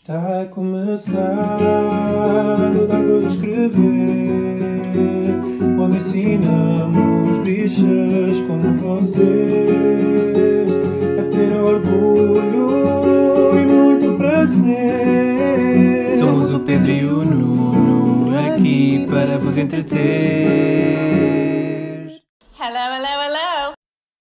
Está a começar o Dar Voz a Escrever, onde ensinamos bichas como vocês a ter orgulho e muito prazer. Somos o Pedro e o Nuno, aqui para vos entreter. Hello, hello, hello!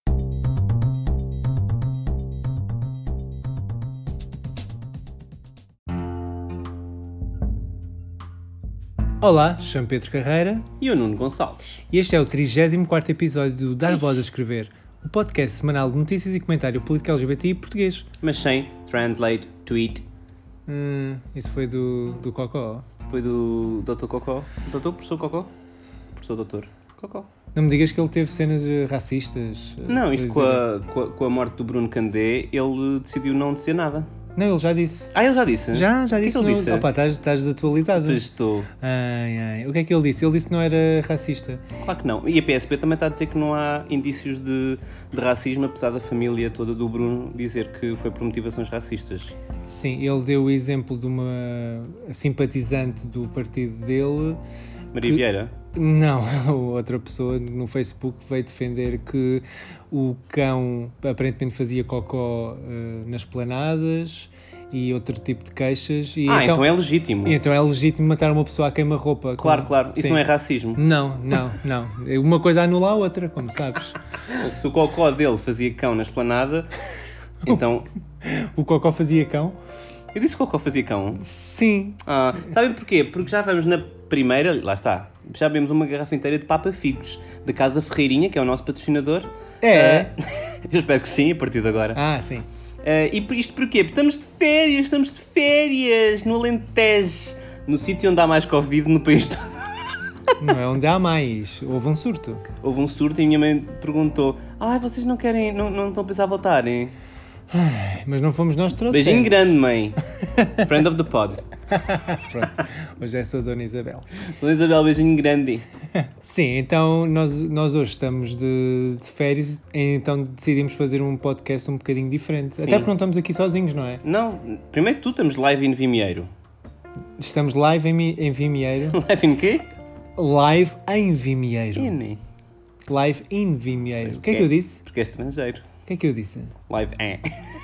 Olá, chamo Pedro Carreira E o Nuno Gonçalves. e este é o 34º episódio do Dar Voz a Escrever, o podcast semanal de notícias e comentário político LGBT português. Mas sem translate, tweet. Isso foi do Cocó. Foi do Dr. Cocó. Doutor, professor Cocó? Professor Doutor Cocó. Não me digas que ele teve cenas racistas. Não, isto por com a morte do Bruno Candé, ele decidiu não dizer nada. Não, ele já disse. Ah, ele já disse? Já O que é disse. que ele disse? Opa, estás desatualizado. Pois estou. Ai. O que é que ele disse? Ele disse que não era racista. Claro que não. E a PSP também está a dizer que não há indícios de racismo, apesar da família toda do Bruno dizer que foi por motivações racistas. Sim, ele deu o exemplo de uma simpatizante do partido dele. Maria Vieira? Não, outra pessoa no Facebook veio defender que o cão aparentemente fazia cocó nas planadas e outro tipo de queixas. E então é legítimo. Então é legítimo matar uma pessoa a queima-roupa. Claro. Isso Sim. não é racismo. Não. Uma coisa anula a outra, como sabes. Se o cocó dele fazia cão na esplanada, então... O cocó fazia cão? Eu disse que o cocó fazia cão. Sim. Sabem porquê? Porque já vamos na primeira, lá está, já bebemos uma garrafa inteira de Papa Figos, da Casa Ferreirinha, que é o nosso patrocinador. É? Eu espero que sim, a partir de agora. Sim. E isto porquê? Porque estamos de férias, no Alentejo, no sítio onde há mais Covid no país todo. Não é onde há mais. Houve um surto. Houve um surto e a minha mãe perguntou: vocês não querem, não estão a pensar voltarem? Mas não fomos nós que trouxemos. Beijinho grande, mãe. Friend of the pod. Pronto. Hoje é só Dona Isabel. Dona Isabel, beijinho grande. Sim, então nós hoje estamos de férias, então decidimos fazer um podcast um bocadinho diferente. Sim. Até porque não estamos aqui sozinhos, não é? Não, primeiro que tu estamos live em Vimieiro. Estamos live em Vimieiro. Live em quê? Live em Vimieiro. Ine. Live in Vimieiro. O que é que eu disse? Porque é estrangeiro. O que é que eu disse? Live em.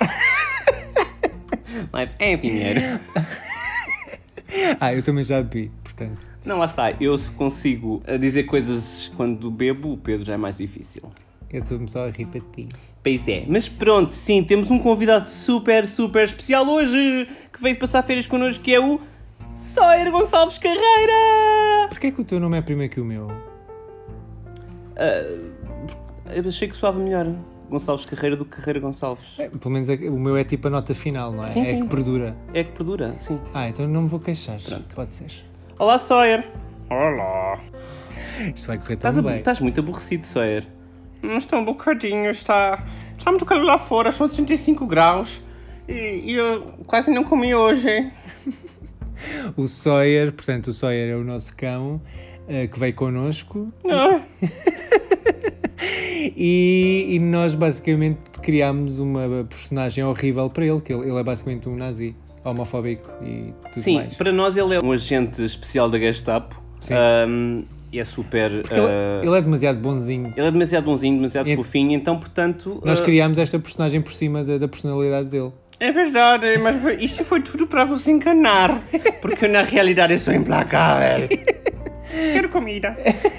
Live em Vimieiro. Eu também já bebi, portanto. Não, lá está. Eu se consigo dizer coisas quando bebo, o Pedro já é mais difícil. Eu estou-me só a rir para ti. Pois é. Mas pronto, sim, temos um convidado super especial hoje, que veio passar férias connosco, que é o Sawyer Gonçalves Carreira! Porquê é que o teu nome é primeiro que o meu? Eu achei que soava melhor Gonçalves Carreira do que Carreira Gonçalves. Pelo menos o meu é tipo a nota final, não é? Sim, é sim. que perdura. É que perdura, sim. Então não me vou queixar. Pronto. Pode ser. Olá, Sawyer! Olá! Isto vai correr tão bem. Estás muito aborrecido, Sawyer. Estou um bocadinho, está muito calor lá fora, são 35 graus e eu quase não comi hoje. O Sawyer, portanto, o Sawyer é o nosso cão que veio connosco e nós basicamente criámos uma personagem horrível para ele, que ele é basicamente um nazi, homofóbico e tudo Sim, mais. para nós ele é um agente especial da Gestapo. Sim. E é super... Ele é demasiado bonzinho. Ele é demasiado bonzinho, demasiado fofinho, então, portanto... Nós criámos esta personagem por cima da personalidade dele. É verdade, mas isso foi tudo para vos enganar, porque na realidade sou implacável. Quero comida.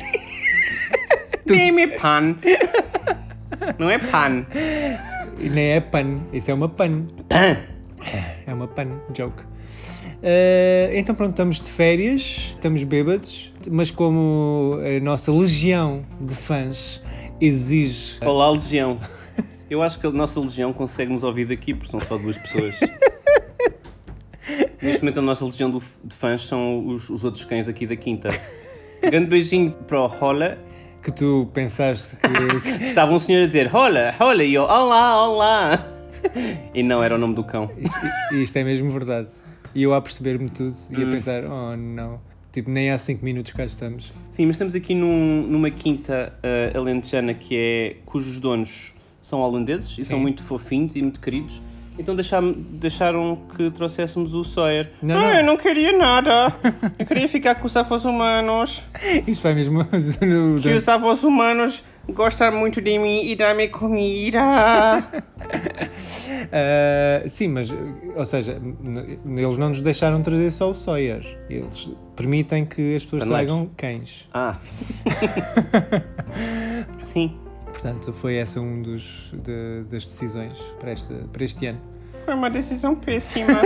Dê-me pan. Não é pan. E nem é pan, isso é uma pan. Pan. É uma pan, joke. Então pronto, estamos de férias, estamos bêbados, mas como a nossa legião de fãs exige... Olá, Legião. Eu acho que a nossa Legião consegue nos ouvir daqui, porque são só 2 pessoas. Neste momento a nossa legião de fãs são os outros cães aqui da quinta. Grande beijinho para o Rola. Que tu pensaste que... Estava um senhor a dizer Rola, e eu olá. E não, era o nome do cão. E isto é mesmo verdade. E eu a perceber-me tudo e a pensar, oh não, tipo nem há 5 minutos cá estamos. Sim, mas estamos aqui numa quinta alentejana cujos donos são holandeses e são muito fofinhos e muito queridos. Então deixaram que trouxéssemos o Sawyer. Não. Eu não queria nada. Eu queria ficar com os avós humanos. Isto vai mesmo... Que os avós humanos gostam muito de mim e da minha comida. Sim, mas, ou seja, eles não nos deixaram trazer só o Sawyer. Eles permitem que as pessoas tragam cães. Sim. Portanto, foi essa das decisões para este ano. Foi uma decisão péssima.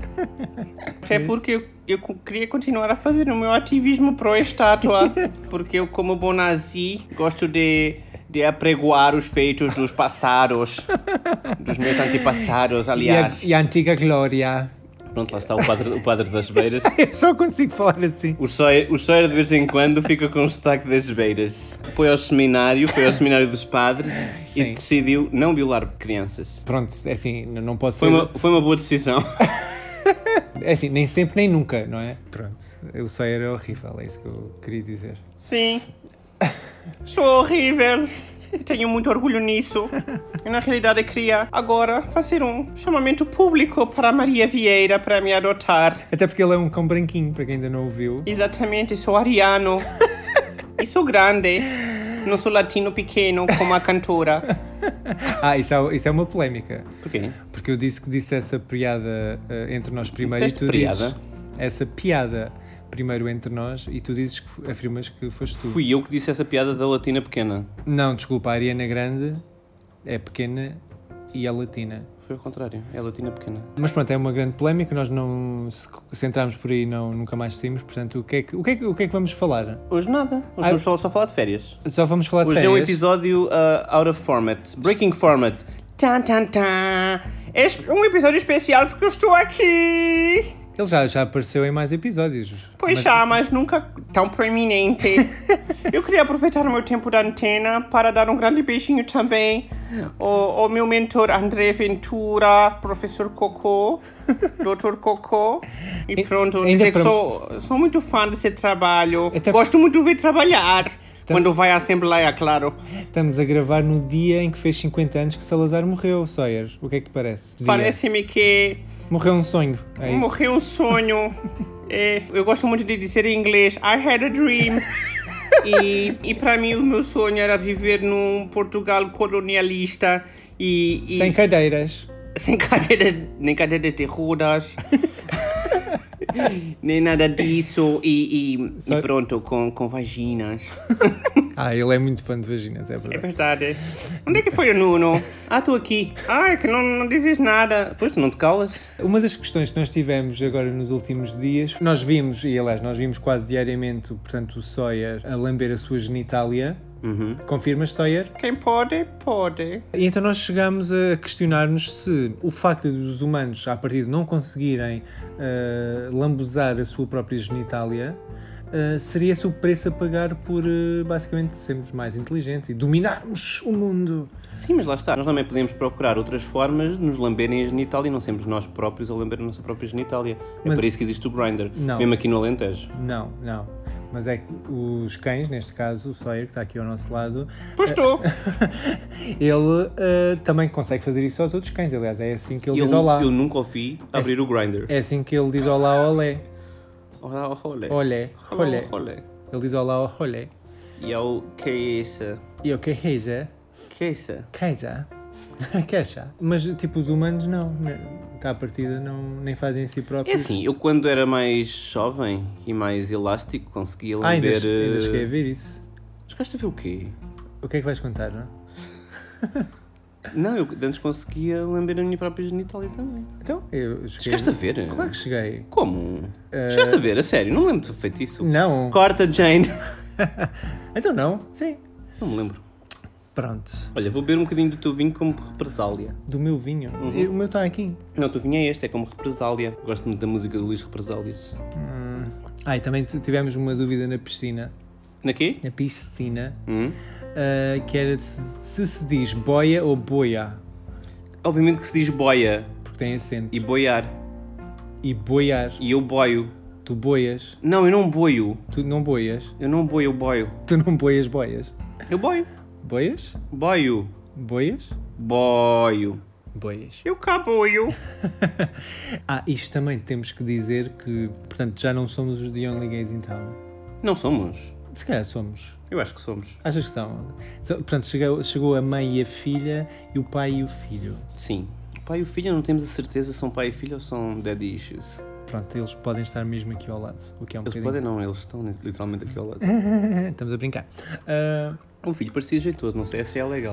Até porque eu queria continuar a fazer o meu ativismo pró-estátua. Porque eu, como bom nazi, gosto de apregoar os feitos dos passados. Dos meus antepassados, aliás. E a antiga glória. Pronto, lá está o padre das beiras. Eu só consigo falar assim. O Sawyer de vez em quando fica com o sotaque das beiras. Foi ao seminário dos padres e decidiu não violar crianças. Pronto, é assim, não posso ser... Foi uma boa decisão. É assim, nem sempre nem nunca, não é? Pronto, o Sawyer é horrível, é isso que eu queria dizer. Sim, sou horrível. Tenho muito orgulho nisso. Eu, na realidade, queria agora fazer um chamamento público para a Maria Vieira para me adotar. Até porque ele é um cão branquinho, para quem ainda não ouviu. Exatamente, sou ariano. E sou grande. Não sou latino pequeno, como a cantora. Isso é uma polémica. Porquê? Porque eu disse essa piada entre nós primeiro e tu piada? dizes... Essa piada primeiro entre nós e tu dizes que afirmas que foste tu. Fui eu que disse essa piada da latina pequena. Não, desculpa, a Ariana Grande é pequena e é latina. Foi ao contrário, é latina pequena. Mas pronto, é uma grande polémica, nós não, se entrarmos por aí nunca mais saímos, portanto, o que é que vamos falar? Hoje nada, hoje vamos só falar de férias. Só vamos falar de hoje férias? Hoje é um episódio out of format, breaking format. Tan, tan, tan. É um episódio especial porque eu estou aqui. Ele já apareceu em mais episódios. Pois mas nunca tão proeminente. Eu queria aproveitar o meu tempo da antena para dar um grande beijinho também ao meu mentor André Ventura, professor Cocô, Dr. Cocô. E pronto, dizer que sou muito fã desse trabalho. Gosto muito de ver trabalhar. Quando vai à Assembleia, claro. Estamos a gravar no dia em que fez 50 anos que Salazar morreu, Sawyer. O que é que te parece? Parece-me que... Morreu um sonho, é isso? Morreu um sonho. Eu gosto muito de dizer em inglês, I had a dream. E para mim o meu sonho era viver num Portugal colonialista e... Sem cadeiras. Sem cadeiras, nem cadeiras de rodas. Nem nada disso e pronto, com vaginas. Ele é muito fã de vaginas, é verdade. É verdade. Onde é que foi o Nuno? Estou aqui. Que não dizes nada. Pois, tu não te calas. Uma das questões que nós tivemos agora nos últimos dias, nós vimos quase diariamente, portanto, o Sawyer a lamber a sua genitália. Uhum. Confirmas, Sawyer? Quem pode, pode. E então nós chegámos a questionar-nos se o facto dos humanos, a partir de não conseguirem lambuzar a sua própria genitália, seria esse o preço a pagar por, basicamente, sermos mais inteligentes e dominarmos o mundo. Sim, mas lá está. Nós também podemos procurar outras formas de nos lamberem a genitália e não sermos nós próprios a lamber a nossa própria genitália. É por isso que existe o Grindr. Não. Mesmo aqui no Alentejo. Não. Mas é que os cães, neste caso, o Sawyer, que está aqui ao nosso lado... Pois estou! Ele também consegue fazer isso aos outros cães. Aliás, é assim que ele diz olá. Eu nunca ouvi abrir o Grindr. É assim que ele diz olá, olé. Olá, olé. Olé. Ele diz olá, olé. E o que é isso? E o que é isso? Que é isso? Queixa. Mas, tipo, os humanos não. À partida nem fazem em si próprios. É assim, eu quando era mais jovem e mais elástico conseguia lamber... Ainda cheguei a ver isso. Chegaste a ver o quê? O que é que vais contar, não? Não, eu antes conseguia lamber a minha própria genitália também. Então, eu cheguei... Chegaste a ver? Claro que cheguei. Como? Chegaste a ver? A sério? Não lembro de ter feito isso. Não. Corta, Jane. Então não, sim. Não me lembro. Pronto. Olha, vou beber um bocadinho do teu vinho como represália. Do meu vinho? Uhum. O meu está aqui. Não, o teu vinho é este, é como represália. Gosto muito da música do Luís Represálias. E também tivemos uma dúvida na piscina. Na quê? Na piscina. Que era se diz boia ou boia. Obviamente que se diz boia. Porque tem acento. E boiar. E boiar. E eu boio. Tu boias. Não, eu não boio. Tu não boias. Eu não boio, eu boio. Tu não boias, boias. Eu boio. Boias? Boio. Boias? Boio. boias. Eu cá boio. Isto também temos que dizer que, portanto, já não somos os The Only Gays in Town. Não somos? Se calhar somos. Eu acho que somos. Achas que são? Portanto, chegou a mãe e a filha e o pai e o filho. Sim. O pai e o filho não temos a certeza se são pai e filho ou são daddy issues. Pronto, eles podem estar mesmo aqui ao lado, o que é um Eles bocadinho... podem não, eles estão literalmente aqui ao lado. Estamos a brincar. O filho parecia jeitoso, não sei se é legal.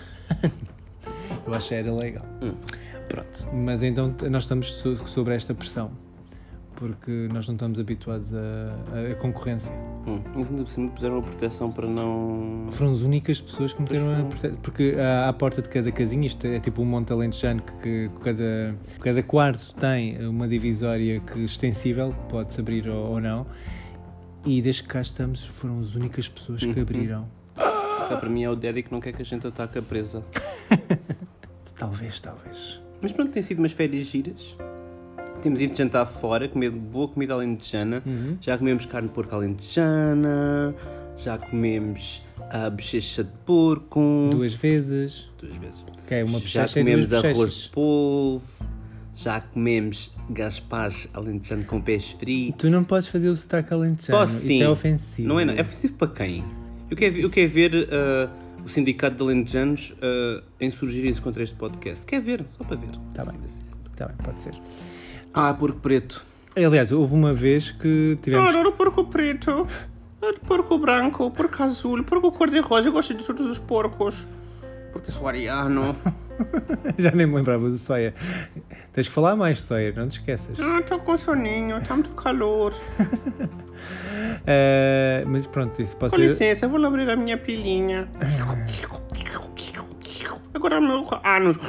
Eu acho que era legal. Pronto. Mas então nós estamos sobre esta pressão, porque nós não estamos habituados a concorrência. Mas ainda por cima puseram a proteção para não... Foram as únicas pessoas que meteram a proteção. Porque à porta de cada casinha, isto é tipo um monte alentejano que cada quarto tem uma divisória extensível, que pode-se abrir ou não. E desde que cá estamos, foram as únicas pessoas que abriram. Para mim é o daddy que não quer que a gente ataque a presa. Talvez. Mas pronto, tem sido umas férias giras. Temos ido jantar fora, comer boa comida alentejana. Já comemos carne de porco alentejana. Já comemos a bochecha de porco. 2 vezes. Okay, uma Já bochecha e comemos 2 arroz bochechas. de polvo. Já comemos gaspares alentejano com pés fritos. Tu não podes fazer o sotaque alentejano. Posso, sim. Isso é ofensivo. Não é, não. É ofensivo para quem? Eu quero ver o sindicato de alentejanos insurgirem-se contra este podcast. Quer ver? Só para ver. Tá bem, pode ser. Porco preto. Aliás, houve uma vez que tivemos... Adoro porco preto, porco branco, porco azul, porco cor-de-rosa. Eu gosto de todos os porcos. Porque sou ariano. Já nem me lembrava do Soia. Tens que falar mais, Soia, não te esqueças. Estou com soninho, está muito calor. Mas pronto, isso pode Com ser... licença, eu vou abrir a minha pilinha. Agora meu ânus.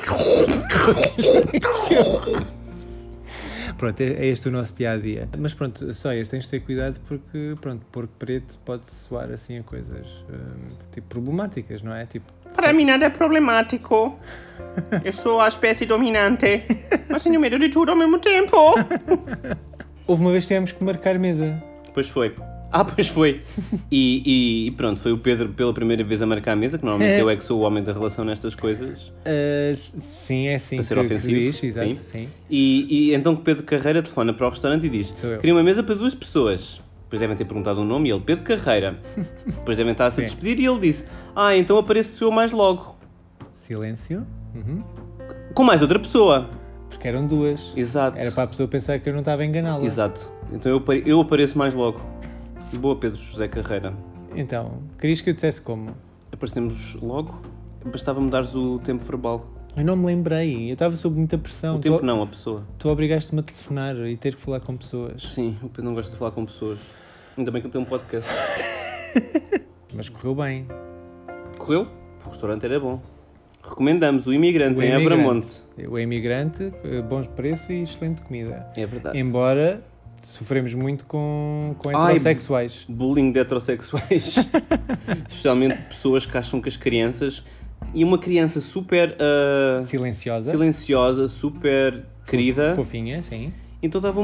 Pronto, é este o nosso dia-a-dia. Mas pronto, Sawyer, tens de ter cuidado porque, pronto, porco preto pode soar assim a coisas, tipo, problemáticas, não é? Tipo... Para mim nada é problemático. Eu sou a espécie dominante, mas tenho medo de tudo ao mesmo tempo. Houve uma vez que tivemos que marcar mesa. Pois foi. Pois foi. E pronto, foi o Pedro pela primeira vez a marcar a mesa, que normalmente eu é que sou o homem da relação nestas coisas. Sim, é assim para ser que ofensivo. se diz, exato, sim. E então que Pedro Carreira telefona para o restaurante e diz: queria uma mesa para 2 pessoas. Depois devem ter perguntado o nome e ele, Pedro Carreira. Depois devem estar-se a despedir e ele disse: então apareço eu mais logo. Silêncio. Com mais outra pessoa. Porque eram 2. Exato. Era para a pessoa pensar que eu não estava a enganá-la. Exato. Então eu apareço mais logo. Boa, Pedro José Carreira. Então, querias que eu dissesse como? Aparecemos logo? Bastava me dares o tempo verbal. Eu não me lembrei, eu estava sob muita pressão. O tempo não, a pessoa. Tu obrigaste-me a telefonar e ter que falar com pessoas. Sim, o Pedro não gosta de falar com pessoas. Ainda bem que eu tenho um podcast. Mas correu bem. Correu? O restaurante era bom. Recomendamos o Imigrante em Abramonte. O Imigrante, bons preços e excelente comida. É verdade. Embora sofremos muito com heterossexuais. Bullying de heterossexuais. Especialmente pessoas que acham que as crianças... E uma criança super... silenciosa, super querida. Fofinha, sim. Então estava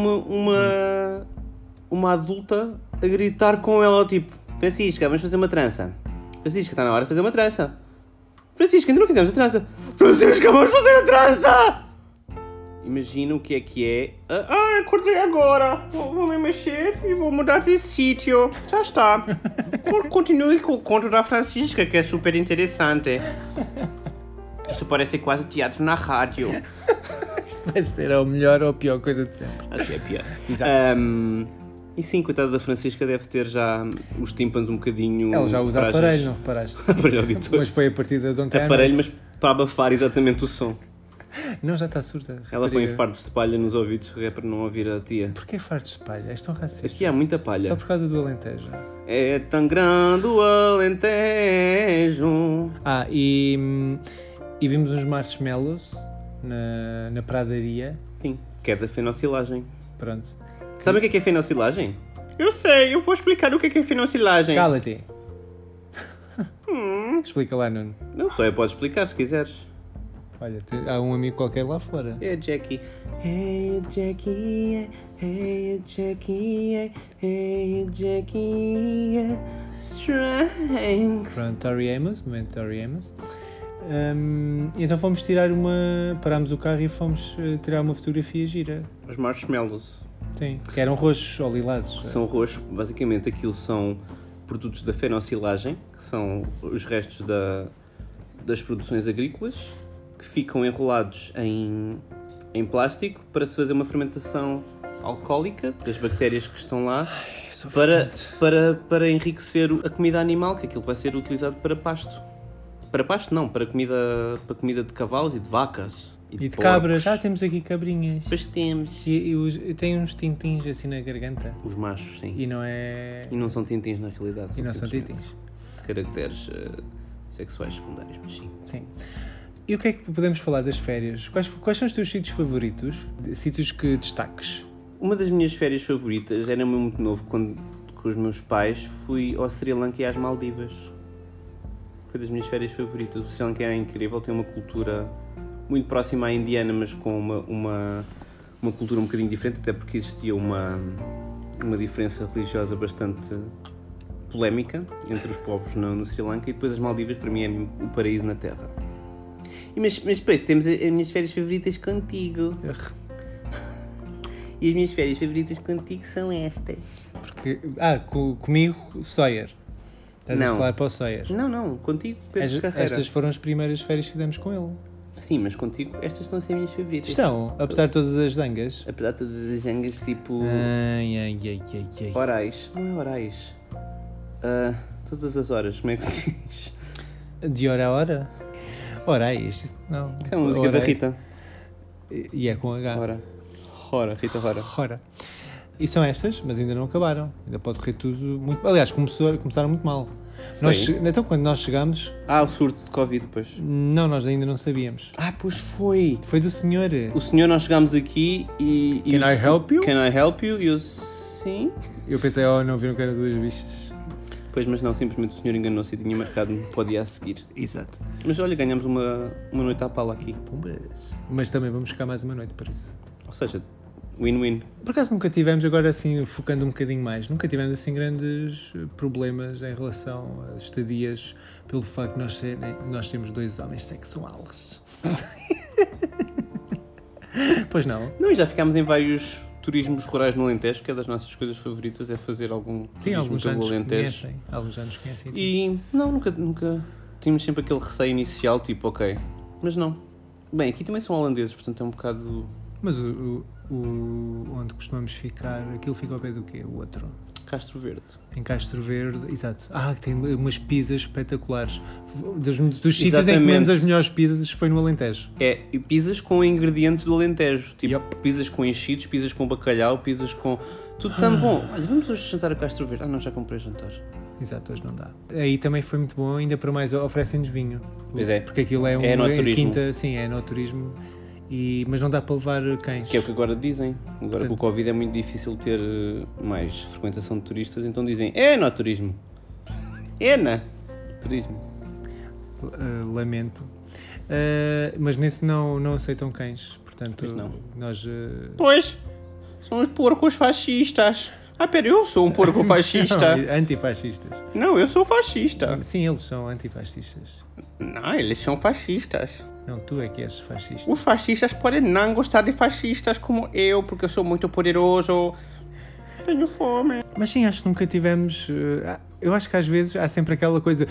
uma adulta a gritar com ela, tipo... Francisca, vamos fazer uma trança. Francisca, está na hora de fazer uma trança. Francisca, ainda não fizemos a trança. Francisca, vamos fazer a trança! Imagina o que é. Acordei agora. Vou me mexer e vou mudar de sítio. Já está. Continue com o conto da Francisca, que é super interessante. Isto parece quase teatro na rádio. Isto vai ser a melhor ou a pior coisa de sempre. Acho que é pior. Exato. E sim, coitada da Francisca deve ter já os tímpanos um bocadinho... Ela já usa frágeis. aparelho, não reparaste? Aparelho auditor. Mas foi a partir de ontem à Aparelho, noite. mas para abafar exatamente o som. Não, já está surda. Ela põe fardos de palha nos ouvidos, que é para não ouvir a tia. Porquê fardos de palha? És tão racista. Aqui há muita palha. Só por causa do Alentejo. É tão grande o Alentejo. E vimos uns marshmallows na pradaria. Sim, que é da fenocilagem. Pronto. Sabem o que é fenocilagem? Eu sei, eu vou explicar o que é fenocilagem. Cala-te. Explica lá, Nuno. Não, só eu posso explicar se quiseres. Olha, há um amigo qualquer lá fora. É Jackie. Hey Jackie, hey Jackie, hey Jackie, strength. Pronto, Tori Amos, momento Tori Amos. Então fomos parámos o carro e fomos tirar uma fotografia gira. Os marshmallows. Sim, que eram roxos ou lilazes. São roxos, basicamente aquilo são produtos da fenocilagem, que são os restos das produções agrícolas, que ficam enrolados em plástico para se fazer uma fermentação alcoólica das bactérias que estão lá, para enriquecer a comida animal, que aquilo vai ser utilizado para pasto. Para pasto não, para comida de cavalos e de vacas. E de cabras. Temos aqui cabrinhas. Pois temos. E tem uns tintins assim na garganta. Os machos, sim. E não é... E não são tintins na realidade. E não são tintins. Caracteres sexuais secundários, mas sim. Sim. E o que é que podemos falar das férias? Quais são os teus sítios favoritos? Sítios que destaques? Uma das minhas férias favoritas, era muito novo, quando com os meus pais fui ao Sri Lanka e às Maldivas. Foi das minhas férias favoritas. O Sri Lanka é incrível, tem uma cultura muito próxima à indiana, mas com uma cultura um bocadinho diferente, até porque existia uma diferença religiosa bastante polémica entre os povos no Sri Lanka, e depois as Maldivas para mim é o paraíso na Terra. Mas depois temos as minhas férias favoritas contigo. E as minhas férias favoritas contigo são estas. Porque, comigo, Sawyer. Estás a falar para o Sawyer. Não, contigo, Pedro Carreira. Estas foram as primeiras férias que fizemos com ele. Sim, mas contigo estas estão a ser as minhas favoritas. Estão, apesar de todas as zangas. Apesar de todas as zangas, tipo... Ai. Orais. Não é orais. Todas as horas, como é que se diz? De hora a hora? Orais, não. Isso é a música da Rita. E é com H. Rora, Rita Rora. Rora. E são estas, mas ainda não acabaram. Ainda pode correr tudo muito... Aliás, começaram muito mal. Então, quando nós chegámos... o surto de Covid, depois. Não, nós ainda não sabíamos. Pois foi. Foi do senhor. O senhor, nós chegámos aqui e... Can I help you? Can I help you? E eu, sim. Eu pensei, não viram que eram duas bichas. Pois, mas não, simplesmente o senhor enganou-se e tinha marcado para o dia a seguir. Exato. Mas olha, ganhamos uma noite à pala aqui. Mas também vamos ficar mais uma noite, por isso. Ou seja, win-win. Por acaso nunca tivemos, agora assim, focando um bocadinho mais, nunca tivemos assim grandes problemas em relação às estadias, pelo facto de nós sermos dois homens sexuais. Pois não? Não, e já ficámos em vários turismos rurais no Alentejo, que é das nossas coisas favoritas, é fazer algum turismo pelo Alentejo. Alguns anos conhecem. E não, nunca tínhamos sempre aquele receio inicial, tipo, ok, mas não. Bem, aqui também são holandeses, portanto é um bocado... Mas onde costumamos ficar, aquilo fica ao pé do quê? O outro? Castro Verde. Em Castro Verde, exato. Que tem umas pizzas espetaculares. Dos sítios em que comemos as melhores pizzas foi no Alentejo. E pizzas com ingredientes do Alentejo. Tipo, pizzas com enchidos, pizzas com bacalhau, pizzas com... Tudo tão bom. Olha, vamos hoje jantar a Castro Verde. Não, já comprei jantar. Exato, hoje não dá. Aí também foi muito bom, ainda para mais oferecem-nos vinho. Pois é. Porque aquilo é quinta, sim, é no turismo. Mas não dá para levar cães. Que é o que agora dizem. Agora com o Covid é muito difícil ter mais frequentação de turistas, então dizem, no turismo. Turismo. Lamento. Mas nesse não aceitam cães, portanto... Pois não. Nós... Pois, são os porcos fascistas. Pera, eu sou um porco fascista. Não, antifascistas. Não, eu sou fascista. Sim, eles são antifascistas. Não, eles são fascistas. Não, tu é que és fascista. Os fascistas podem não gostar de fascistas como eu, porque eu sou muito poderoso. Tenho fome. Mas sim, acho que nunca tivemos... Eu acho que às vezes há sempre aquela coisa...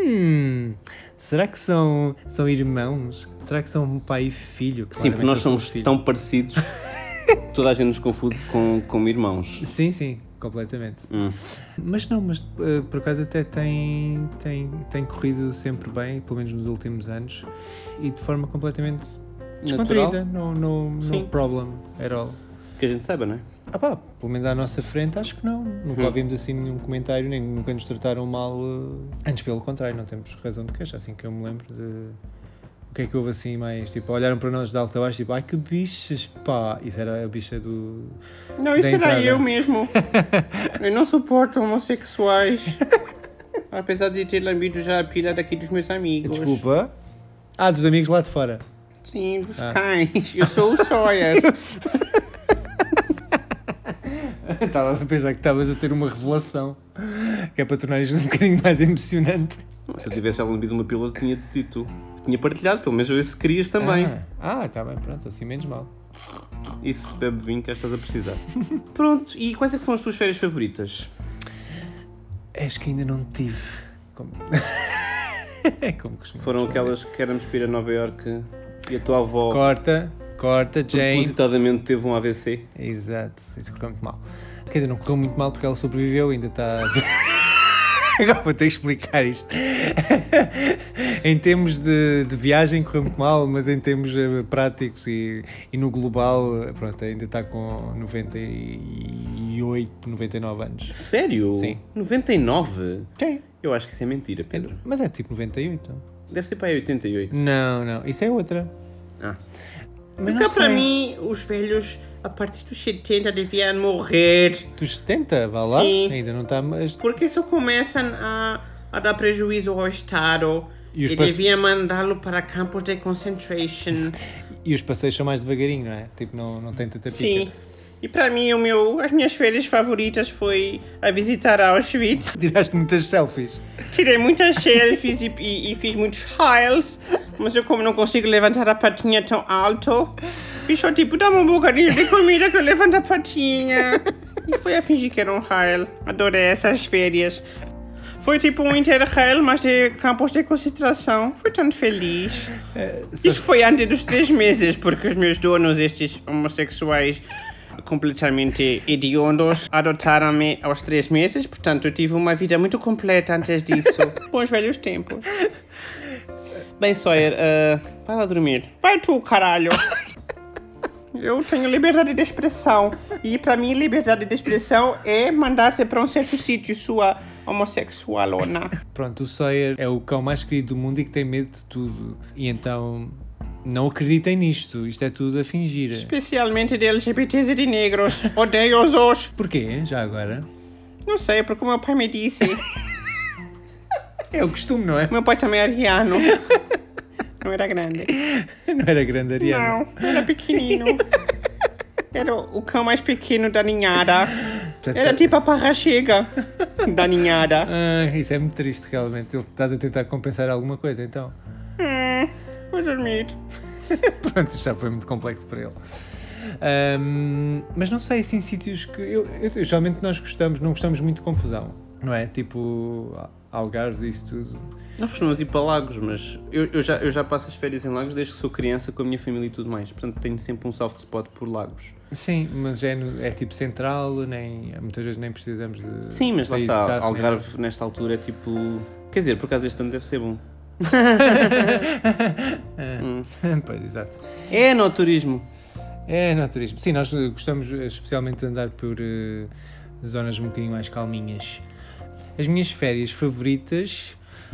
Será que são irmãos? Será que são pai e filho? Sim, porque nós somos tão parecidos... Toda a gente nos confunde com irmãos. Sim, completamente. Mas por acaso até tem corrido sempre bem, pelo menos nos últimos anos, e de forma completamente descontraída. No problem at all. Que a gente saiba, não é? Pelo menos à nossa frente, acho que não. Nunca ouvimos assim nenhum comentário, nem nunca nos trataram mal. Antes, pelo contrário, não temos razão de queixa, assim que eu me lembro de... O que é que houve assim mais? Tipo, olharam para nós de alto a baixo, tipo, ai que bichas, pá! Isso era a bicha do... Não, isso era eu mesmo. Eu não suporto homossexuais. Apesar de ter lambido já a pila daqui dos meus amigos. Desculpa? Dos amigos lá de fora. Sim, dos cães. Eu sou o Sawyer. Estava a pensar que estavas a ter uma revelação. Que é para tornar isto um bocadinho mais emocionante. Se eu tivesse lambido uma pila, tinha tinha partilhado, pelo menos eu se querias também. Tá bem, pronto, assim menos mal. Isso, bebe vinho que estás a precisar. Pronto, e quais é que foram as tuas férias favoritas? Acho que ainda não tive. Como costumamos Foram dizer. aquelas que éramos para ir a Nova Iorque e a tua avó Corta, Jane. propositadamente teve um AVC. Exato, isso correu muito mal. Quer dizer, não correu muito mal porque ela sobreviveu, ainda está... Agora vou ter que explicar isto. Em termos de viagem correu muito mal, mas em termos práticos e no global, pronto, ainda está com 98, 99 anos. Sério? Sim. 99? Quem? Eu acho que isso é mentira, Pedro. Mas é tipo 98. Deve ser para aí 88. Não, isso é outra. Ah. Mas Porque não para sei. mim, os velhos, a partir dos 70, deviam morrer. Dos 70, vá lá. Sim. Ainda não está... Mas... Porque só começam a dar prejuízo ao Estado. E os E deviam mandá-lo para campos de concentration. E os passeios são mais devagarinho, não é? Tipo, não tem tanta pica. Sim. E para mim, as minhas férias favoritas foi a visitar Auschwitz. Tiraste muitas selfies. Tirei muitas selfies e fiz muitos heils, mas eu como não consigo levantar a patinha tão alto, fiz só tipo, dá-me um bocadinho de comida que eu levanto a patinha. E foi a fingir que era um heil. Adorei essas férias. Foi tipo um interrail, mas de campos de concentração. Fui tão feliz. Isso foi antes dos 3 meses, porque os meus donos, estes homossexuais completamente hediondos, adotaram-me aos 3 meses, portanto eu tive uma vida muito completa antes disso. Bons velhos tempos. Bem, Sawyer, vai lá dormir. Vai tu, caralho. Eu tenho liberdade de expressão. E para mim, liberdade de expressão é mandar-te para um certo sítio, sua homossexualona. Pronto, o Sawyer é o cão mais querido do mundo e que tem medo de tudo. E então, não acreditem nisto. Isto é tudo a fingir. Especialmente de LGBTs e de negros. Odeio-os. Porquê, já agora? Não sei, porque o meu pai me disse. É o costume, não é? Meu pai também é ariano. Não era grande. Não era grande, Ariana. Não, era pequenino. Era o cão mais pequeno da ninhada. Era tipo a parra chega da ninhada. Isso é muito triste, realmente. Ele estás a tentar compensar alguma coisa, então. Vou dormir. Pronto, já foi muito complexo para ele. Mas não sei, assim, sítios que... geralmente nós não gostamos muito de confusão, não é? Tipo, Algarves e isso tudo. Nós costumamos ir para Lagos, mas eu já passo as férias em Lagos desde que sou criança com a minha família e tudo mais. Portanto, tenho sempre um soft spot por Lagos. Sim, mas é tipo central, muitas vezes nem precisamos de... Sim, mas lá sair de está, carro, Algarve nesta altura é tipo... Quer dizer, por acaso este ano deve ser bom. Pois, exato. É no turismo. É no turismo. Sim, nós gostamos especialmente de andar por zonas um bocadinho mais calminhas. As minhas férias favoritas...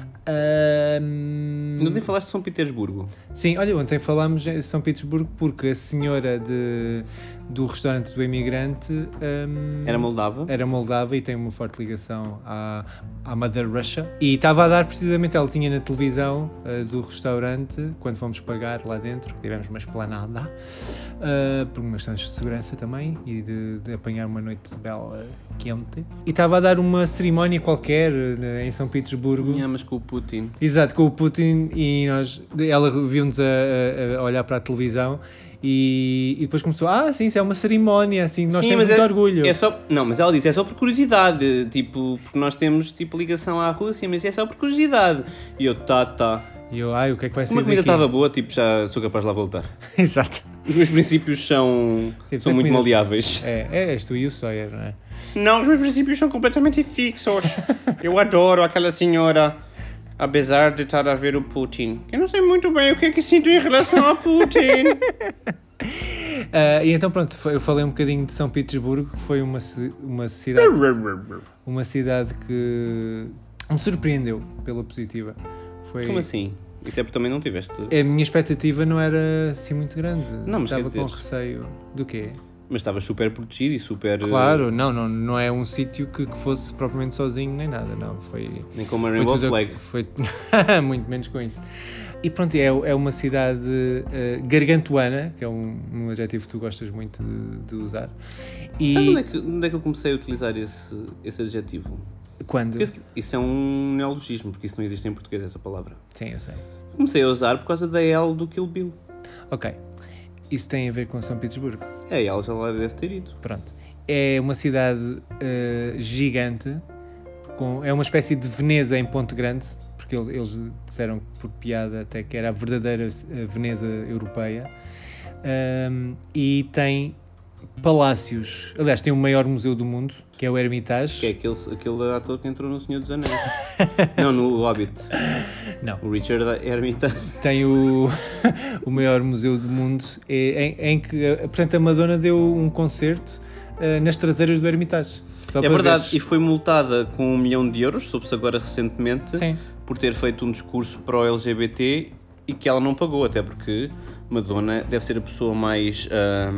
Não nem falaste de São Petersburgo? Sim, olha, ontem falámos em São Petersburgo porque a senhora do restaurante do imigrante Era moldava e tem uma forte ligação à Mother Russia e estava a dar precisamente, ela tinha na televisão do restaurante, quando fomos pagar lá dentro, tivemos uma esplanada por umas questões de segurança também e de apanhar uma noite bela quente, e estava a dar uma cerimónia qualquer em São Petersburgo. Mas com o Putin. Exato, com o Putin, e ela viu-nos a olhar para a televisão e depois começou, sim, isso é uma cerimónia, assim, nós temos muito orgulho. Mas ela disse, é só por curiosidade, tipo, porque nós temos tipo ligação à Rússia, mas é só por curiosidade. E eu, tá. E eu, o que é que vai ser Como a comida daqui? estava boa, tipo, já sou capaz de lá voltar. Exato. Os meus princípios são muito comida- maleáveis. És tu e o Sawyer, não é? Não, os meus princípios são completamente fixos. Eu adoro aquela senhora, apesar de estar a ver o Putin. Eu não sei muito bem o que é que sinto em relação a Putin. E então pronto, eu falei um bocadinho de São Petersburgo, que foi uma cidade que me surpreendeu pela positiva. Como assim? Isso é porque também não tiveste... A minha expectativa não era assim muito grande. Não, mas estava quer dizer- com receio do quê? Mas estavas super protegido e super... Claro, não é um sítio que fosse propriamente sozinho nem nada, não. Foi Nem com uma Rainbow tudo- Flag. Foi muito menos com isso. E pronto, é uma cidade gargantuana, que é um adjetivo que tu gostas muito de usar. E Sabe onde é que eu comecei a utilizar esse adjetivo? quando? Porque isso é um neologismo, porque isso não existe em português, essa palavra. Sim, eu sei. Comecei a usar por causa da L do Kill Bill. Ok. Isso tem a ver com São Petersburgo. É, ela já lá deve ter ido. Pronto. É uma cidade gigante, é uma espécie de Veneza em Ponte Grande, porque eles disseram por piada até que era a verdadeira Veneza europeia, e tem palácios. Aliás, tem o maior museu do mundo, que é o Hermitage. Que é aquele ator que entrou no Senhor dos Anéis. Não, no Hobbit. Não. O Richard Hermitage. Tem o maior museu do mundo, em que, portanto, a Madonna deu um concerto nas traseiras do Hermitage. Só É para verdade, veres. e foi multada com 1 milhão de euros, soube-se agora recentemente, Sim. por ter feito um discurso pró-LGBT e que ela não pagou, até porque Madonna deve ser a pessoa mais...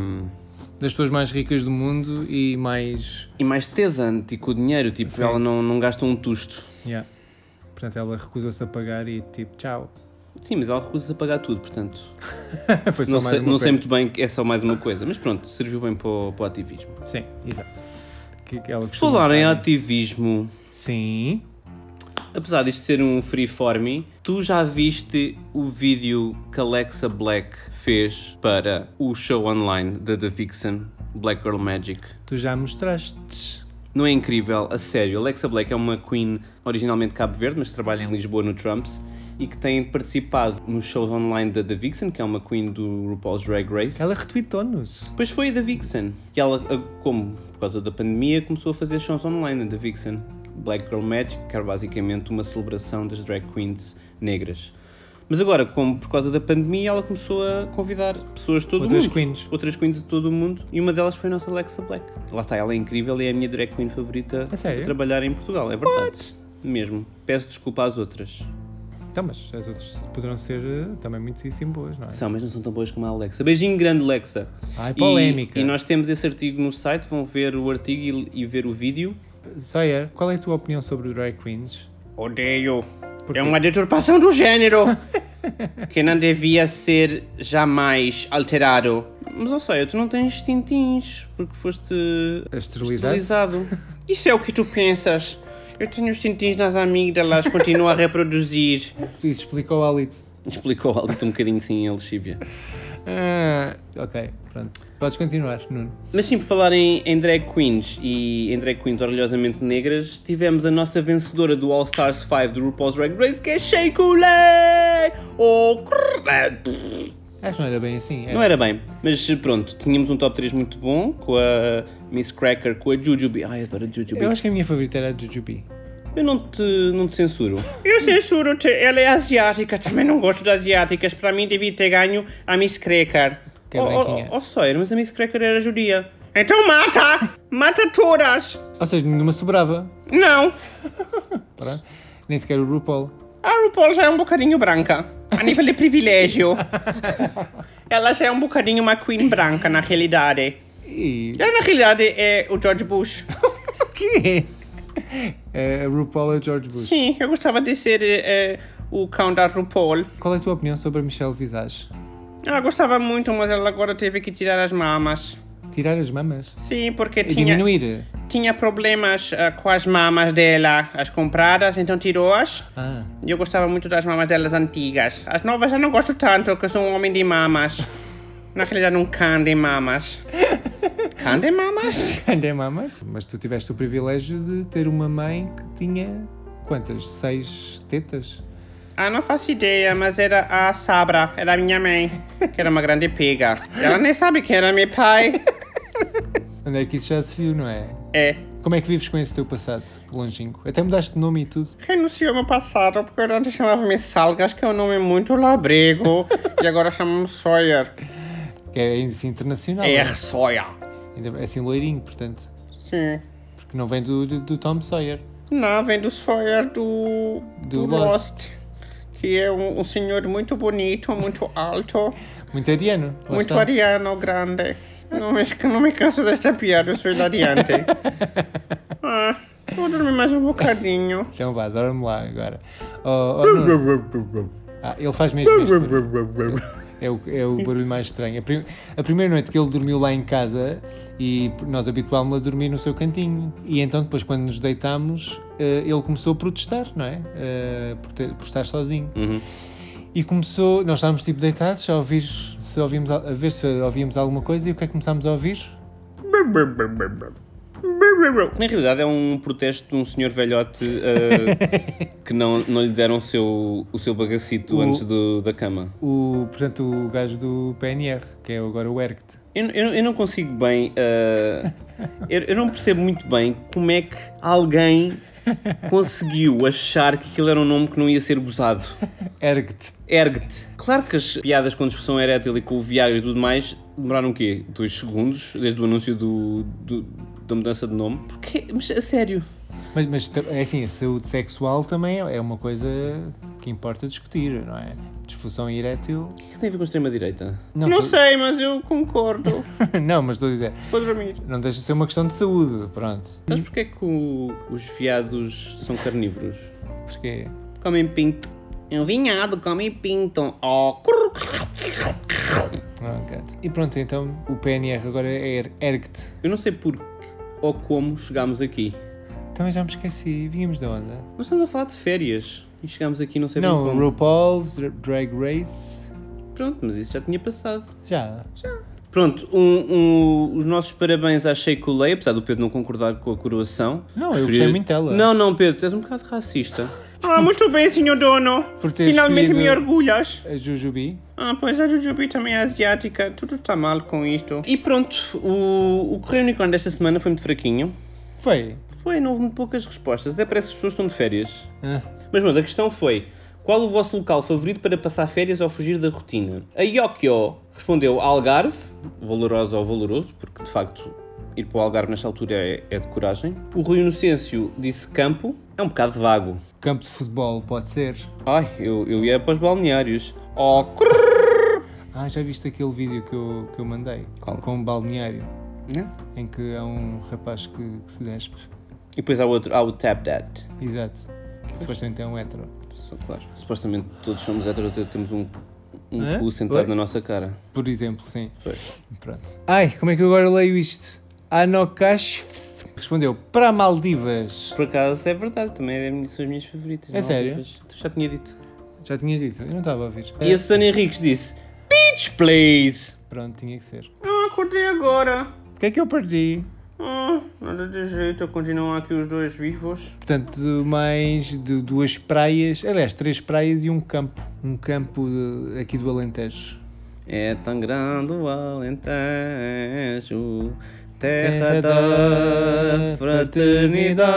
Das pessoas mais ricas do mundo e mais... e mais tesante e com o dinheiro, tipo, Sim. ela não gasta um tusto. Yeah. Portanto, ela recusou-se a pagar e tipo, tchau. Sim, mas ela recusa-se a pagar tudo, portanto... Foi só Não mais sei, uma não coisa. sei muito bem que é só mais uma coisa, mas pronto, serviu bem para o ativismo. Sim, exato. Que ela costuma Falar em usar isso. ativismo, Sim. apesar disto ser um freeform, tu já viste o vídeo que Alexa Black fez para o show online da The Vixen, Black Girl Magic? Tu já mostraste. Não é incrível? A sério, Alexa Black é uma queen originalmente Cabo Verde, mas trabalha em Lisboa no Trumps, e que tem participado nos shows online da The Vixen, que é uma queen do RuPaul's Drag Race. Ela retweetou-nos. Depois foi a The Vixen. E ela, como por causa da pandemia, começou a fazer shows online na The Vixen. Black Girl Magic, que era basicamente uma celebração das drag queens negras. Mas agora, como por causa da pandemia, ela começou a convidar pessoas de todo o mundo. Outras queens de todo o mundo. E uma delas foi a nossa Alexa Black. Lá está, ela é incrível e é a minha drag queen favorita A sério? a trabalhar em Portugal. É verdade. Mesmo. Peço desculpa às outras. Então, mas as outras poderão ser também muitíssimo boas, não é? São, mas não são tão boas como a Alexa. Beijinho grande, Alexa. Ai, polémica. E nós temos esse artigo no site, vão ver o artigo e ver o vídeo. Sawyer, qual é a tua opinião sobre drag queens? Odeio. Porquê? É uma deturpação do gênero que não devia ser jamais alterado. Mas, ó Sawyer, tu não tens tintins porque foste esterilizado. Isso é o que tu pensas. Eu tenho os tintins nas amígdalas, continuo a reproduzir. Isso explicou a Alito. Explicou o Alito um bocadinho sim, a Lexívia. Ok, pronto. Podes continuar, Nuno. Mas sim, por falar em drag queens e em drag queens orgulhosamente negras, tivemos a nossa vencedora do All Stars 5 do RuPaul's Drag Race, que é Shea Coulee! Acho que não era bem assim. Não era bem, mas pronto, tínhamos um top 3 muito bom, com a Miss Cracker, com a Jujubee. Ai, adoro a Jujubee. Eu acho que a minha favorita era a Jujubee. Eu não te censuro. Eu censuro-te, ela é asiática, também não gosto de asiáticas, para mim devia ter ganho a Miss Cracker. Que é branquinha. Sawyer, mas a Miss Cracker era judia. Então mata! Mata todas! Ou seja, nenhuma sobrava. Não! Pronto. Nem sequer o RuPaul. A RuPaul já é um bocadinho branca, a nível de privilégio. Ela já é um bocadinho uma queen branca, na realidade. E... Ela, na realidade, é o George Bush. O quê? A RuPaul é o George Bush. Sim, eu gostava de ser o cão da RuPaul. Qual é a tua opinião sobre a Michelle Visage? Gostava muito, mas ela agora teve que tirar as mamas. Tirar as mamas? Sim, porque E diminuir? tinha problemas com as mamas dela, as compradas, então tirou-as. E eu gostava muito das mamas delas antigas. As novas já não gosto tanto, porque eu sou um homem de mamas. Na realidade, um cão de mamas. Cão de mamas? Cão de mamas? Mas tu tiveste o privilégio de ter uma mãe que tinha... quantas? 6 tetas? Não faço ideia, mas era a Sabra, era a minha mãe, que era uma grande pega. Ela nem sabe quem era meu pai. Onde é que isso já se viu, não é? É. Como é que vives com esse teu passado longínquo? Até mudaste de nome e tudo. Renunciou ao meu passado, porque eu antes chamava-me Salgas, que é um nome muito labrego, e agora chama-me Sawyer. Que é assim internacional. É não é? Sawyer. Ainda é assim loirinho, portanto. Sim. Porque não vem do Tom Sawyer. Não, vem do Sawyer do Lost. Que é um senhor muito bonito, muito alto. Muito ariano. Lá Muito está. ariano, grande. Não me canso desta piada, eu sou hilariante. Vou dormir mais um bocadinho. Então vá, dorme lá agora. Nuno. Ele faz mesmo este barulho. É o barulho mais estranho. A primeira noite que ele dormiu lá em casa, e nós habituámos-lo a dormir no seu cantinho. E então depois, quando nos deitámos, ele começou a protestar, não é? Por estar sozinho. Uhum. E começou, nós estávamos tipo deitados a ouvir a ver se ouvíamos alguma coisa, e o que é que começámos a ouvir? Na realidade é um protesto de um senhor velhote que não lhe deram o seu bagacito antes da cama. Portanto, o gajo do PNR, que é agora o ERCT. Eu não consigo bem... eu não percebo muito bem como é que alguém conseguiu achar que aquilo era um nome que não ia ser gozado. ERGT. Claro que as piadas com disfunção erétil e com o Viagra e tudo mais demoraram o quê? 2 segundos, desde o anúncio da mudança de nome? Porque, mas a sério... Mas é assim, a saúde sexual também é uma coisa que importa discutir, não é? Disfunção erétil... O que é que isso tem a ver com a extrema-direita? Não sei, mas eu concordo. Não, mas estou a dizer... Pode dormir. Não deixa de ser uma questão de saúde, pronto. Sabes porque é que os veados são carnívoros? Porquê? Comem pinto. Um vinhado come pinto. Oh. E pronto, então o PNR agora é ERGT. Eu não sei por ou como chegámos aqui. Também já me esqueci, vínhamos de onde? Nós estamos a falar de férias e chegámos aqui não sei bem como. Não, RuPaul's Drag Race. Pronto, mas isso já tinha passado. Já. Pronto, os nossos parabéns à Sheikh Ulay, apesar do Pedro não concordar com a coroação. Não, eu gostei muito dela. Não, Pedro, tu és um bocado racista. Muito bem, senhor dono. Finalmente me orgulhas. A Jujubi. Pois a Jujubi também é asiática. Tudo está mal com isto. E pronto, o Correio Unicórnio desta semana foi muito fraquinho. Foi, não houve muito poucas respostas. Até parece que as pessoas estão de férias. Mas pronto, a questão foi: qual o vosso local favorito para passar férias ou fugir da rotina? A Yokio respondeu Algarve, valorosa ou valoroso, porque de facto ir para o Algarve nesta altura é de coragem. O Rui Inocêncio disse campo, é um bocado vago. Campo de futebol, pode ser. Eu ia para os balneários. Já viste aquele vídeo que eu mandei? Qual? Com um balneário. Não? Em que há um rapaz que se despe. E depois há o Tap That. Exato. Que supostamente é um hétero. Claro. Supostamente todos somos héteros, até temos um Hã? cu sentado Oi? na nossa cara. Por exemplo, sim. Foi. Pronto. Como é que eu agora leio isto? Anokash respondeu para Maldivas. Por acaso é verdade, também são as minhas favoritas. É sério? Maldivas. Tu já tinha dito. Já tinhas dito? Eu não estava a ouvir. E a Susana Henriques disse Beach Please. Pronto, tinha que ser. Acordei agora. O que é que eu perdi? Nada de jeito, continuam aqui os dois vivos. Portanto, mais de 2 praias, aliás, 3 praias e um campo. Um campo aqui do Alentejo. É tão grande o Alentejo, terra da fraternidade.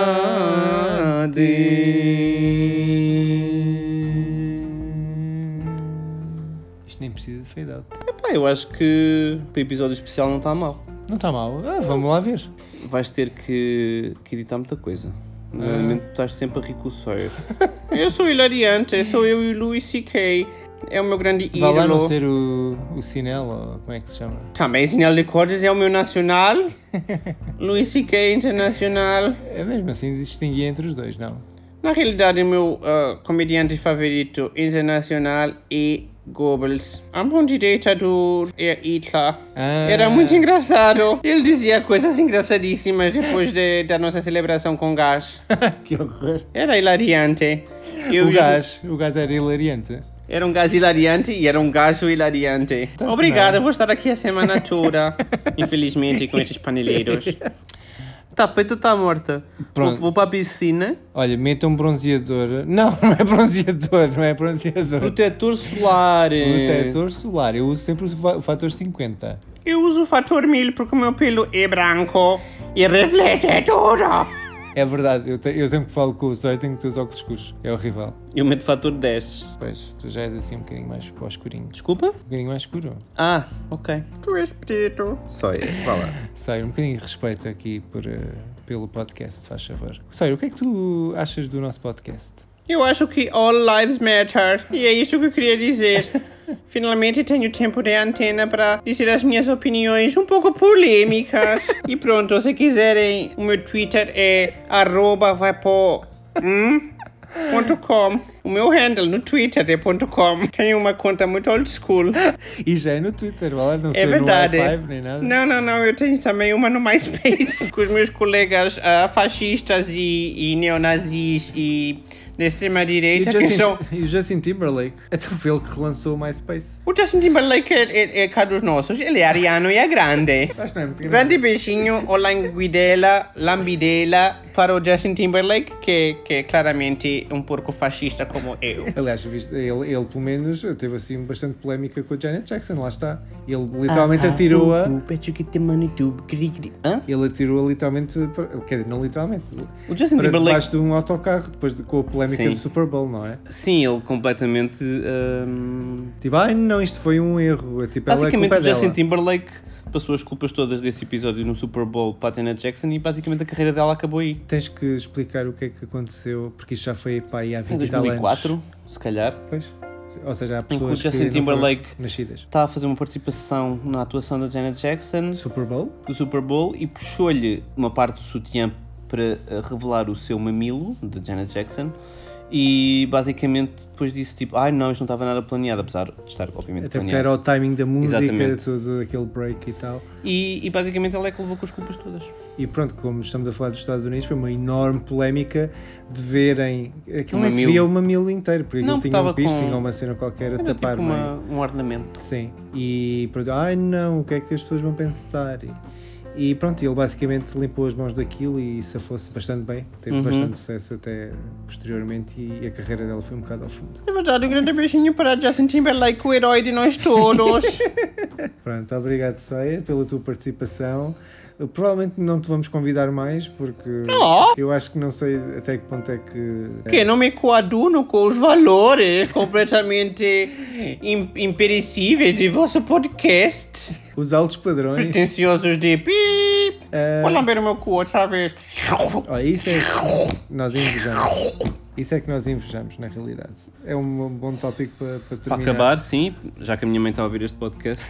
Isto nem precisa de fade out. Eu acho que para o episódio especial não está mal. Não está mal. Vamos lá ver. Vais ter que editar muita coisa. Normalmente tu estás sempre a rir com o Sawyer. Eu sou hilariante, sou eu e o Louis C.K. É o meu grande ídolo. Vai lá não ser o Sinel, ou como é que se chama? Também Sinal de Cortes é o meu nacional. Louis C.K. internacional. É mesmo assim, distinguia entre os dois, não? Na realidade, o meu comediante favorito internacional é Goebbels. A mão direita do Hitler. Era muito engraçado. Ele dizia coisas engraçadíssimas depois da nossa celebração com gás. Que horror. Era hilariante. O gás era hilariante. Era um gás hilariante e era um gajo hilariante. Tanto Obrigado, não. vou estar aqui a semana toda. Infelizmente, com estes paneleiros. Está feito ou está morta? Pronto. Vou para a piscina. Olha, meta um bronzeador. Não é bronzeador. Protetor solar. Protetor solar. Eu uso sempre o fator 50. Eu uso o fator 1000 porque o meu pelo é branco e reflete tudo. É verdade, eu sempre que falo com o Sawyer tenho que ter os óculos escuros. É horrível. Eu meto fator 10. Pois, tu já és assim um bocadinho mais para o escurinho. Desculpa? Um bocadinho mais escuro. Ok. Tu és preto. Sawyer, vá lá. Sawyer, um bocadinho de respeito aqui pelo podcast, faz favor. Sawyer, o que é que tu achas do nosso podcast? Eu acho que all lives matter. E é isso que eu queria dizer. Finalmente tenho tempo de antena para dizer as minhas opiniões um pouco polêmicas. E pronto, se quiserem, o meu Twitter é @vaipo.com. O meu handle no Twitter é .com. Tenho uma conta muito old school. E já é no Twitter, vai lá, não sei verdade. no i5 nem nada. Não, eu tenho também uma no MySpace. Com os meus colegas fascistas e neonazis e da extrema-direita, que são... E o Justin Timberlake, até foi ele que relançou o MySpace. O Justin Timberlake é cá dos nossos, ele é ariano e é grande. Acho que não é muito Grande beijinho ou lambidela para o Justin Timberlake, que é claramente um porco fascista como eu. Aliás, ele pelo menos teve assim bastante polémica com a Janet Jackson, lá está. Ele literalmente atirou-a. Ele atirou-a literalmente, quer dizer, não literalmente, O Justin para Timberlake... debaixo de um autocarro, depois com a polémica do Super Bowl, não é? Sim, ele completamente... Tipo, não, isto foi um erro. Tipo, basicamente ela é o culpa Justin dela. Timberlake passou as culpas todas desse episódio no Super Bowl para a Janet Jackson e basicamente a carreira dela acabou aí. Tens que explicar o que é que aconteceu, porque isto já foi pá, aí há 20 Em e tal 2004, anos. se calhar. Pois. Ou seja, há Em que o pessoas Justin que não Timberlake foram nascidas. está a fazer uma participação na atuação da Janet Jackson Super Bowl? do Super Bowl e puxou-lhe uma parte do sutiã para revelar o seu mamilo, de Janet Jackson, e basicamente depois disse tipo, não, isto não estava nada planeado, apesar de estar obviamente Até porque planeado. era o timing da música, Exatamente. todo aquele break e tal. E basicamente ela é que levou com as culpas todas. E pronto, como estamos a falar dos Estados Unidos, foi uma enorme polémica de verem... Aquilo Um nem se mamilo. via o mamilo inteiro, porque Não, aquilo tinha um estava piercing com- ou uma cena qualquer a Era tapar, tipo não é? um ornamento. Sim. E pronto, não, o que é que as pessoas vão pensar? E pronto, ele basicamente limpou as mãos daquilo e safou-se bastante bem. Teve bastante sucesso até posteriormente e a carreira dela foi um bocado ao fundo. É verdade, um grande beijinho para Justin Timberlake, o herói de nós todos. Pronto, obrigado, Sawyer, pela tua participação. Provavelmente não te vamos convidar mais porque eu acho que não sei até que ponto é que... Que não me coaduno com os valores completamente imperecíveis de vosso podcast. Os altos padrões... Pretenciosos de pip. Vou lamber o meu cu outra vez. Olha, isso é que nós invejamos. Isso é que nós invejamos, na realidade. É um bom tópico para terminar. Para acabar, sim, já que a minha mãe está a ouvir este podcast.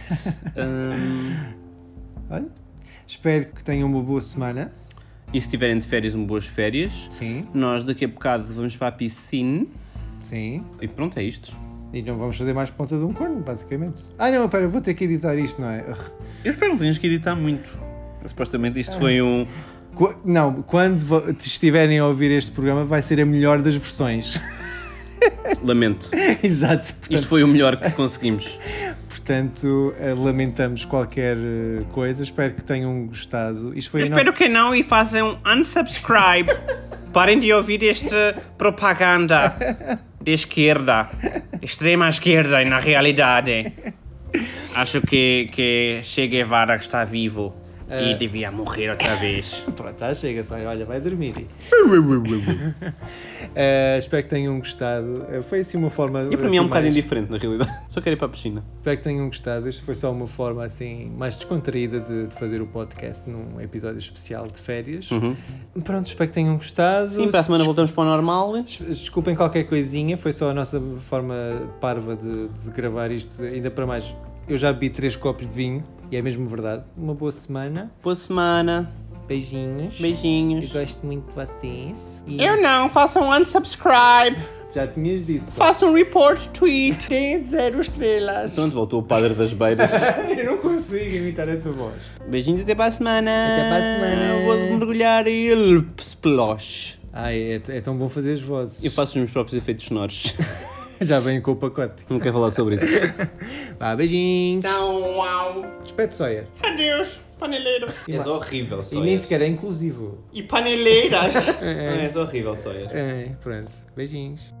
Olha, espero que tenham uma boa semana. E se tiverem de férias, boas férias. Sim. Nós daqui a bocado vamos para a piscina. Sim. E pronto, é isto. E não vamos fazer mais ponta de um corno, basicamente. Não, espera, vou ter que editar isto, não é? Eu espero que não tenhas que editar muito. Supostamente isto foi um... Não, quando estiverem a ouvir este programa vai ser a melhor das versões. Lamento. Exato. Isto foi o melhor que conseguimos. Portanto, lamentamos qualquer coisa. Espero que tenham gostado. Isto foi Eu espero que não e façam unsubscribe. Parem de ouvir esta propaganda de esquerda. Extrema esquerda, na realidade. Acho que Che Guevara está vivo. E devia morrer outra vez. Pronto, já chega, só olha, vai dormir. Espero que tenham gostado. Foi assim uma forma... E para mim é um bocado indiferente, na realidade. Só quero ir para a piscina. Espero que tenham gostado. Este foi só uma forma assim mais descontraída de fazer o podcast num episódio especial de férias. Pronto, espero que tenham gostado. Sim, para a semana voltamos para o normal. Desculpem qualquer coisinha, foi só a nossa forma parva de gravar isto. Ainda para mais, eu já bebi 3 copos de vinho e é mesmo verdade. Uma boa semana. Boa semana. Beijinhos. Beijinhos. Eu gosto muito de vocês. E Eu não, façam unsubscribe. já tinhas dito. Façam um report tweet. Tem 0 estrelas. Pronto, voltou o padre das beiras. Eu não consigo imitar essa voz. Beijinhos até para a semana. Até para a semana. Vou mergulhar e splosh. É tão bom fazer as vozes. Eu faço os meus próprios efeitos sonoros. Já vem com o pacote. Não quero falar sobre isso. Vá, beijinhos. Uau. Despede, Sawyer. Adeus, paneleiro. És horrível, E nem sequer é inclusivo. E paneleiras. És horrível, Sawyer. Pronto. Beijinhos.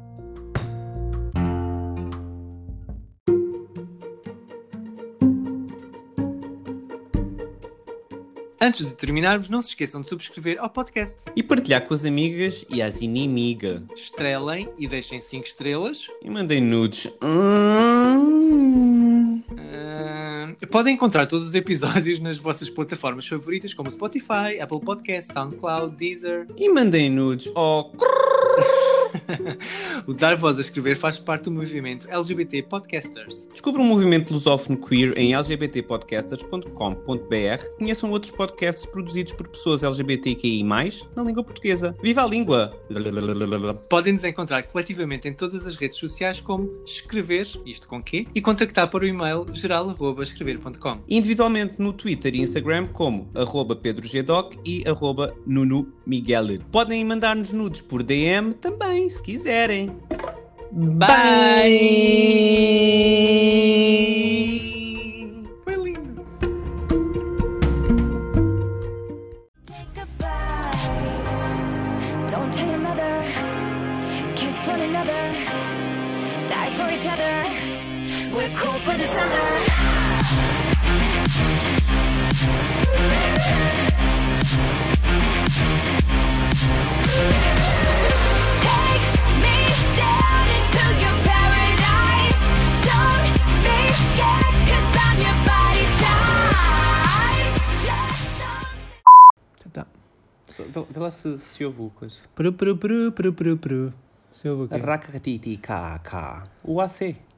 Antes de terminarmos, não se esqueçam de subscrever ao podcast. E partilhar com as amigas e as inimigas. Estrelem e deixem 5 estrelas. E mandem nudes. Podem encontrar todos os episódios nas vossas plataformas favoritas, como Spotify, Apple Podcasts, SoundCloud, Deezer. E mandem nudes. O Dar Voz a Escrever faz parte do movimento LGBT Podcasters. Descubra um movimento lusófono queer em lgbtpodcasters.com.br. Conheçam outros podcasts produzidos por pessoas LGBTQI+, na língua portuguesa. Viva a língua! Podem nos encontrar coletivamente em todas as redes sociais como escrever, isto com quê, e contactar para o e-mail geral@escrever.com. Individualmente no Twitter e Instagram como @PedroGdoc e @NunuMiguel. Podem mandar-nos nudes por DM também, se se quiserem. Bye! Foi lindo. Take a bite. Don't tell your mother. Kiss one another. Die for each other. We're cool for the summer. Take me down into your paradise. Don't be scared, 'cause I'm your body type. Just something. Tá. Vê lá se ouve o coisa. Peru. Se ouve o quê? Racatiti, cá. O AC.